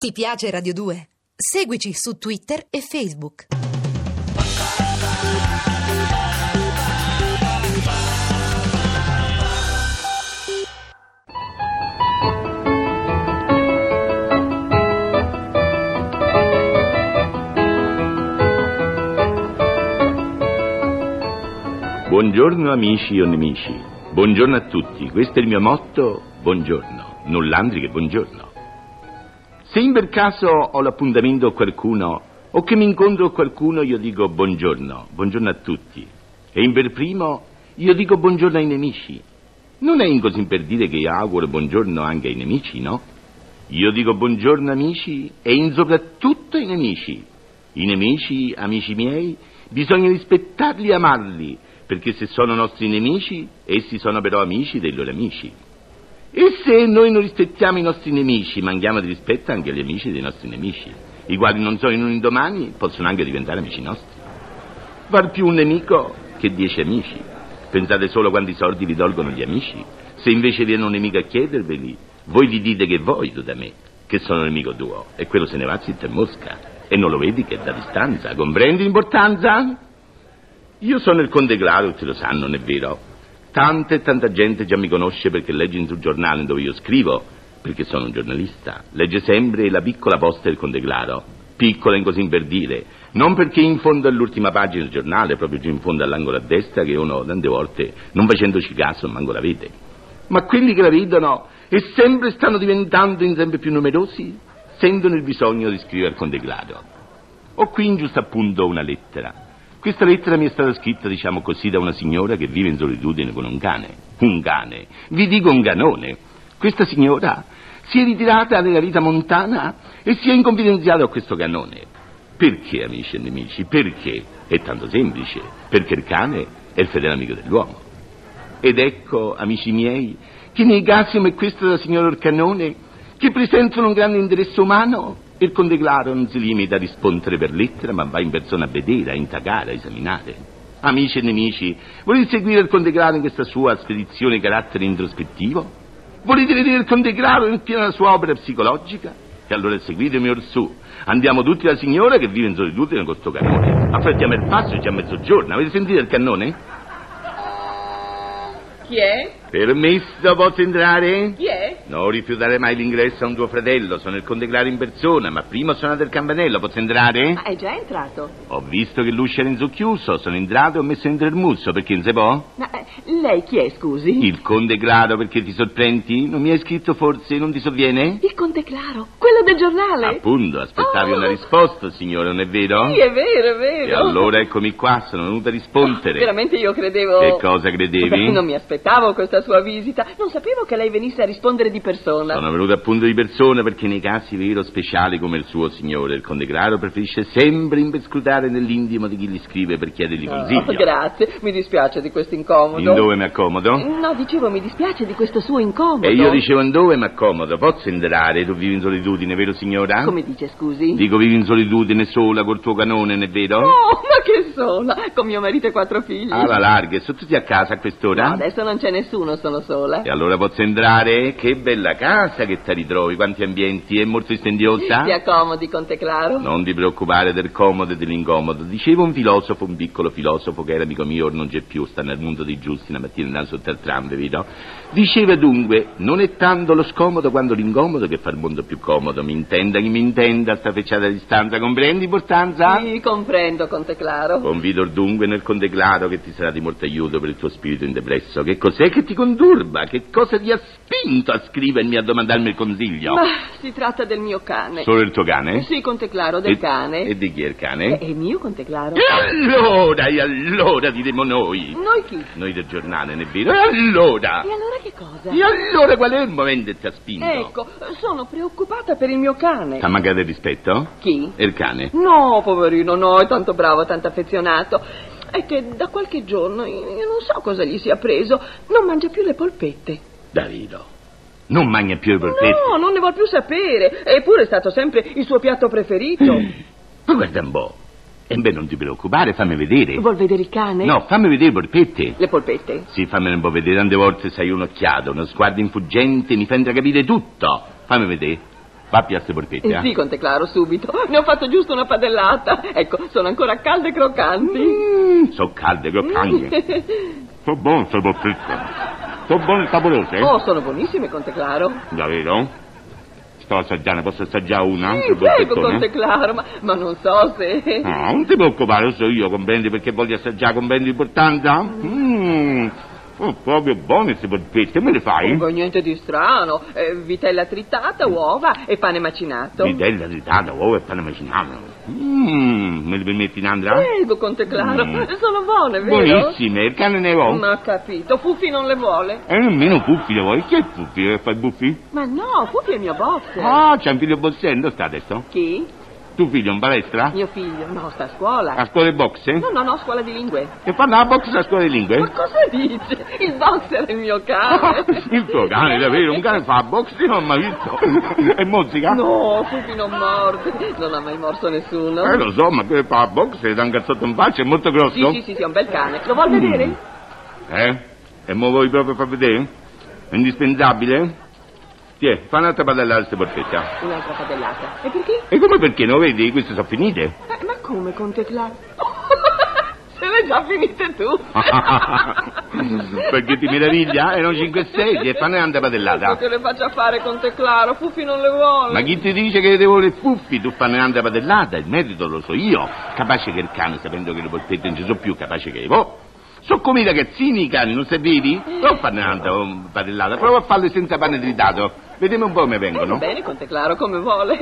Ti piace Radio 2? Seguici su Twitter e Facebook. Buongiorno amici o nemici, buongiorno a tutti, questo è il mio motto, buongiorno, null'altro che buongiorno. Se in per caso ho l'appuntamento con qualcuno o che mi incontro con qualcuno, io dico buongiorno, buongiorno a tutti. E in per primo io dico buongiorno ai nemici. Non è in così per dire che io auguro buongiorno anche ai nemici, no? Io dico buongiorno amici e in soprattutto ai nemici. I nemici, amici miei, bisogna rispettarli e amarli, perché se sono nostri nemici, essi sono però amici dei loro amici. E se noi non rispettiamo i nostri nemici, manchiamo di rispetto anche agli amici dei nostri nemici, i quali non sono in un indomani, possono anche diventare amici nostri. Val più un nemico che 10 amici. Pensate solo quanti soldi vi tolgono gli amici. Se invece viene un nemico a chiederveli, voi gli dite che voglio da me, che sono nemico tuo, e quello se ne va zitto e mosca, e non lo vedi che è da distanza. Comprendi l'importanza? Io sono il Conte Claro, tutti lo sanno, non è vero? Tanta e tanta gente già mi conosce perché legge sul giornale dove io scrivo, perché sono un giornalista. Legge sempre la piccola posta del Conte Claro, piccola in così per dire, non perché in fondo all'ultima pagina del giornale, proprio giù in fondo all'angolo a destra, che uno tante volte, non facendoci caso, manco la vede. Ma quelli che la vedono e sempre stanno diventando in sempre più numerosi, sentono il bisogno di scrivere al Conte Claro. Ho qui in giusto appunto una lettera. Questa lettera mi è stata scritta, diciamo così, da una signora che vive in solitudine con un cane. Un cane, vi dico un canone. Questa signora si è ritirata nella vita montana e si è inconfidenziata con questo canone. Perché, amici e nemici? Perché? È tanto semplice. Perché il cane è il fedele amico dell'uomo. Ed ecco, amici miei, che nei casi come questo della signora il canone, che presentano un grande interesse umano, il Conte Claro non si limita a rispondere per lettera, ma va in persona a vedere, a indagare, a esaminare. Amici e nemici, volete seguire il Conte Claro in questa sua spedizione di carattere introspettivo? Volete vedere il Conte Claro in piena la sua opera psicologica? E allora seguitemi orsù. Andiamo tutti alla signora che vive in solitudine con questo cannone. Affrettiamo il passo, è già mezzogiorno. Avete sentito il cannone? Chi è? Permesso, posso entrare? Chi è? Non rifiutare mai l'ingresso a un tuo fratello, sono il Conte Claro in persona, ma prima ho suonato il campanello, posso entrare? Ma è già entrato. Ho visto che l'uscio era in socchiuso, sono entrato e ho messo dentro il musso, perché non si può? Ma lei chi è, scusi? Il Conte Claro, perché ti sorprendi? Non mi hai scritto forse, non ti sovviene? Il Conte Claro, quello del giornale? Appunto, aspettavi una risposta, signore, non è vero? Sì, è vero, è vero. E allora eccomi qua, sono venuta a rispondere. Veramente io credevo... Che cosa credevi? Beh, non mi aspettavo questa sua visita, non sapevo che lei venisse a rispondere di persona. Sono venuto appunto di persona perché nei casi vero speciali come il suo signore, il Conte Claro preferisce sempre imbescrutare nell'intimo di chi gli scrive per chiedergli consiglio. Oh, grazie, mi dispiace di questo incomodo. In dove mi accomodo? No, dicevo, mi dispiace di questo suo incomodo. E io dicevo in dove mi accomodo, posso entrare? Tu vivi in solitudine, vero signora? Come dice, scusi? Dico vivi in solitudine sola col tuo canone, non è vero? Oh, ma che sola, con mio marito e 4 figli. Alla larga, e sono tutti a casa a quest'ora? No, adesso non c'è nessuno, sono sola. E allora posso entrare? Che bella casa che ti ritrovi, quanti ambienti, è molto istendiosa? Si accomodi, Conte Claro. Non ti preoccupare del comodo e dell'incomodo. Diceva un filosofo, un piccolo filosofo che era amico mio, ora non c'è più, sta nel mondo dei giusti, una mattina andando sotto al tram, vedo? Diceva dunque, non è tanto lo scomodo quanto l'incomodo che fa il mondo più comodo. Mi intenda chi mi intenda, sta fecciata a distanza, comprendi importanza? Sì, comprendo, Conte Claro. Confido dunque nel Conte Claro che ti sarà di molto aiuto per il tuo spirito indepresso. Che cos'è che ti conturba? Che cosa ti ha spinto a scrivermi, a domandarmi il consiglio? Ma si tratta del mio cane. Solo il tuo cane? Sì, Conte Claro, del cane. E di chi è il cane? È il mio, Conte Claro. E allora diremo noi. Noi chi? Noi del giornale, non è vero? E allora che cosa? E allora qual è il momento che ti ha spinto? Ecco, sono preoccupata per il mio cane. T'ha mancato il rispetto? Chi? Il cane? No, poverino, no, è tanto bravo, tanto affezionato. È che da qualche giorno, io non so cosa gli sia preso, non mangia più le polpette. Davide, non mangia più le polpette? No, non ne vuol più sapere. Eppure è stato sempre il suo piatto preferito. Ma guarda un po'. E beh, non ti preoccupare, fammi vedere. Vuol vedere il cane? No, fammi vedere le polpette. Le polpette? Sì, fammele un po' vedere, tante volte sei un'occhiata, uno sguardo infuggente, mi fa capire tutto. Fammi vedere. Va via ste polpette, Sì, Conte Claro, subito. Ne ho fatto giusto una padellata. Ecco, sono ancora calde e croccanti. Sono calde, croccanti. Sono buone ste polpette. Sono buone e saporose. Oh, sono buonissime, Conte Claro. Davvero? Sto assaggiando, posso assaggiare una? Sì, prego, Conte Claro, ma non so se... No, non ti preoccupare, lo so io, comprendi perché voglio assaggiare, comprendi l'importanza? Sono proprio buone queste polpette, me le fai? Non niente di strano. Vitella tritata, uova e pane macinato. Vitella tritata, uova e pane macinato. Me le permetti, Nandra? Prego, Conte Claro, sono buone, vero? Buonissime, il cane ne vuole? Ma ho capito, Fuffi non le vuole. E nemmeno Puffi le vuoi? Chi è Puffi che fa i buffi? Ma no, Fuffi è il mio boxer. Ah, c'è un figlio boxer, dove sta adesso? Chi? Tu figlio in palestra? Mio figlio? No, sta a scuola. A scuola di boxe? No, scuola di lingue. E fanno la boxe a scuola di lingue? Ma cosa dice? Il boxer è il mio cane. Il tuo cane, davvero? Un cane fa boxe? Io non ho mai visto. E mozzica? No, Fuffi non morde. Non ha mai morso nessuno. Lo so, ma quello fa boxe e dà un cazzotto in faccia, è molto grosso. Sì, è un bel cane. Lo vuol vedere? E mo vuoi proprio far vedere? È indispensabile? Tiè, fa un'altra padellata queste polpette. Un'altra padellata. E perché? E come perché? Non vedi? Queste sono finite. Ma come, Conte Claro? Se le già finite tu. Perché ti meraviglia? Erano 5 e 6 e fanno un'altra padellata. Che le faccia fare, Conte Claro? Fuffi non le vuole. Ma chi ti dice che devo le Fuffi? Tu fanno un'altra padellata, il merito lo so io. Capace che il cane, sapendo che le polpette non ci sono più, capace che... Sono come i ragazzini i cani, non sapevi? Non fanno un'altra padellata, prova a farle senza pane tritato. Vediamo un po' come vengono. Bene, Conte Claro, come vuole.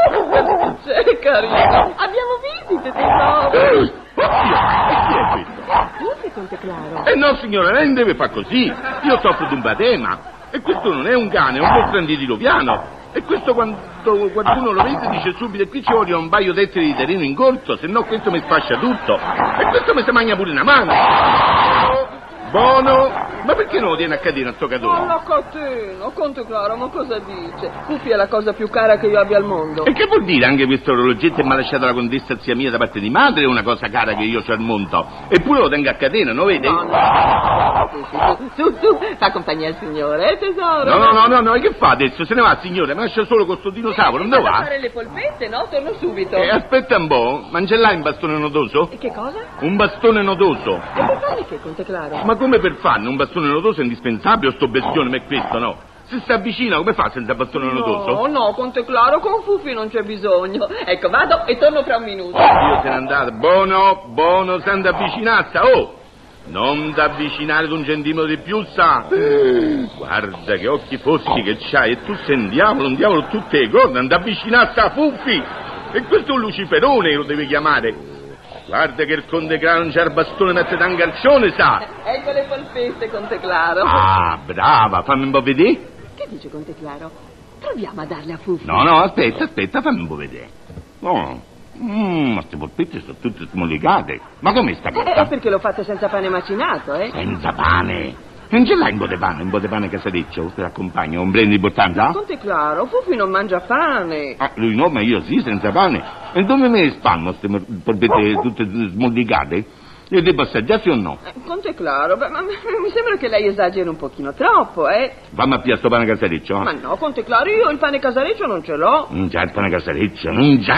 C'è carino. Abbiamo visite, tesoro. E chi è questo? Scusi, Conte Claro. No, signora, lei non deve fare così. Io soffro di un patema. E questo non è un cane, è un mostro antidiluviano. E questo quando qualcuno lo vede dice subito qui ci vogliono un paio d'ettari di terreno in corso, se no questo mi sfascia tutto. E questo mi si mangia pure una mano. Buono. Ma perché non lo tiene a catena sto catone? La catena, Conte Claro, ma cosa dice? Fuffi è la cosa più cara che io abbia al mondo. E che vuol dire anche questo orologetto mi ha lasciato la contessa zia mia da parte di madre, è una cosa cara che io c'ho al mondo. Eppure lo tengo a catena, non vede? No. Su, fa compagnia al signore, tesoro. No, e che fa adesso? Se ne va, signore, mi lascia solo con sto dinosauro, non va? A fare le polpette, no? Torno subito. Aspetta un po', ma ce l'hai un bastone nodoso? E che cosa? Un bastone nodoso. E per farne che, Conte Claro? Ma come per farne? Un bastone nodoso è indispensabile o sto bestione, ma è questo, no? Se si avvicina, come fa senza bastone nodoso? No, Conte Claro, con Fuffi non c'è bisogno. Ecco, vado e torno fra un minuto. Io se n'è andato. Buono, senza avvicinarsi. Oh! Non t'avvicinare ad un centimetro di più, sa. Guarda che occhi foschi che c'hai, e tu sei un diavolo tutte le corde, non t'avvicinarsi a Fuffi. E questo è un luciferone che lo devi chiamare. Guarda che il Conte Claro non c'ha il bastone, mette da un calcione, sa. Ecco le polpette, Conte Claro. Ah, brava, fammi un po' vedere. Che dice Conte Claro? Proviamo a darle a Fuffi. No, aspetta, fammi un po' vedere. No. Ma queste polpette sono tutte smollicate. Ma com'è sta cosa? Perché l'ho fatta senza pane macinato, Senza pane? Non ce l'hai un po' di pane casareccio per accompagno, un blend di importanza? Conte Claro, Fuffi non mangia pane. Ah, lui no, ma io sì, senza pane. E dove me le spanno queste polpette tutte smollicate? Le devo assaggiare sì o no? Conte Claro, ma mi sembra che lei esageri un pochino troppo, Fammi a piasto pane casareccio. Ma no, Conte Claro, io il pane casareccio non ce l'ho. Non c'hai il pane casareccio,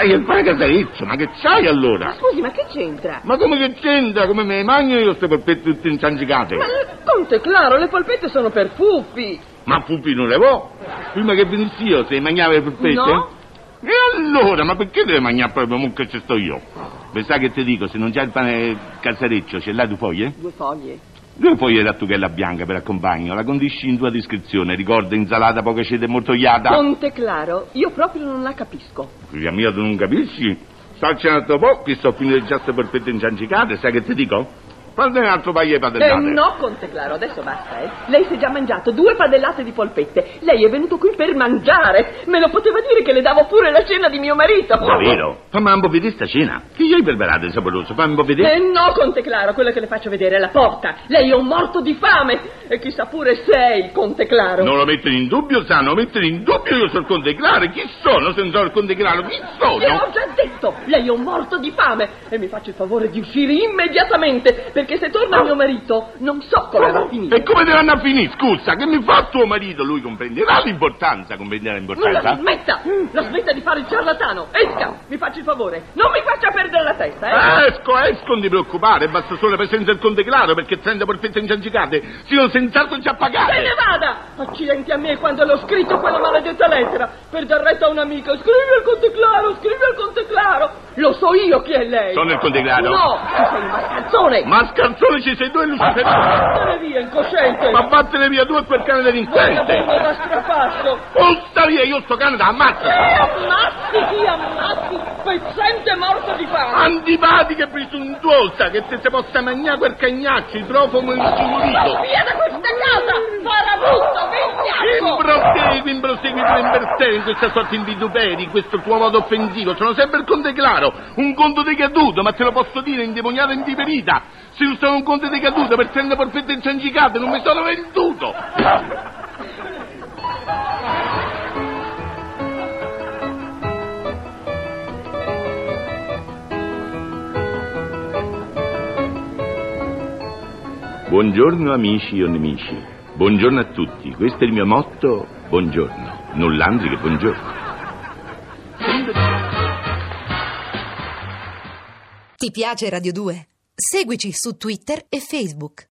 ma che c'hai allora? Ma scusi, ma che c'entra? Ma come che c'entra? Come me le mangio io queste polpette tutte inciancicate? Ma Conte Claro, le polpette sono per Fuffi. Ma Fuffi non le vuoi? Prima che venissi io, se mangiava le polpette? No. E allora, ma perché deve mangiare proprio mo che ci sto io? Pensai che ti dico, se non c'è il pane casareccio, ce l'hai 2 foglie? 2 foglie. 2 foglie di lattughella bianca per accompagno, la condisci in tua descrizione, ricorda insalata, poca cete mortogliata. Conte Claro, io proprio non la capisco. Figlia mia, tu non capisci? Starci un altro po', che sto finendo già queste polpette inciancicate, sai che ti dico? Fate un altro paio di padellate. No, Conte Claro, adesso basta, Lei si è già mangiato 2 padellate di polpette. Lei è venuto qui per mangiare. Me lo poteva dire che le davo pure la cena di mio marito. Davvero? Fammi un po' vedere sta cena. Che gli hai preparato di saporoso? Fammi un po' vedere. No, Conte Claro, quello che le faccio vedere è la porta. Lei è un morto di fame. E chissà pure se è il Conte Claro. Non lo mettere in dubbio, sa, non mettere in dubbio, io sono il Conte Claro. Chi sono se non sono il Conte Claro? Chi sono? Gliel'ho già detto, lei è un morto di fame. E mi faccia il favore di uscire immediatamente, perché se torna mio marito non so come va a finire. E come devono a finire? Scusa, che mi fa tuo marito? Lui comprenderà l'importanza, comprenderà l'importanza? La smetta di fare il ciarlatano. Esca, mi faccia il favore, non mi faccia perdere la testa, Esco, non ti preoccupare, basta solo la presenza del conte Claro, perché 30 polpette ingiangicate si sono senz'altro già pagate. Se ne vada! Accidenti a me quando l'ho scritto quella maledetta lettera per dar retta a un'amica. Scrivi al conte Claro, scrivi al conte Claro. Lo so io chi è lei. Sono il conte Claro? No, tu sei un mascalzone. Mascalzone ci sei tu e Lucifero. Vattene via, incosciente. Ma vattene via tu e quel cane delinquente. Voglio da strapasso. Sta via, io sto cane da ammazzo. Chi ammazzi? Pezzente morto di fame. Antipatica e presuntuosa, che te si possa mangiare quel cagnaccio, il profumo insicurito. Via da questa casa, farabutto, vigliacco. Improsegui tu in questa sorta di vituperi, questo tuo modo offensivo. Sono sempre il conte Claro, un conto decaduto, ma te lo posso dire, indemoniato e indiperita. Se io sono un conte decaduto per 30 polpette ingiangicate non mi sono venduto. Buongiorno amici o nemici, buongiorno a tutti, questo è il mio motto, buongiorno, nullandri che buongiorno. Ti piace Radio 2? Seguici su Twitter e Facebook.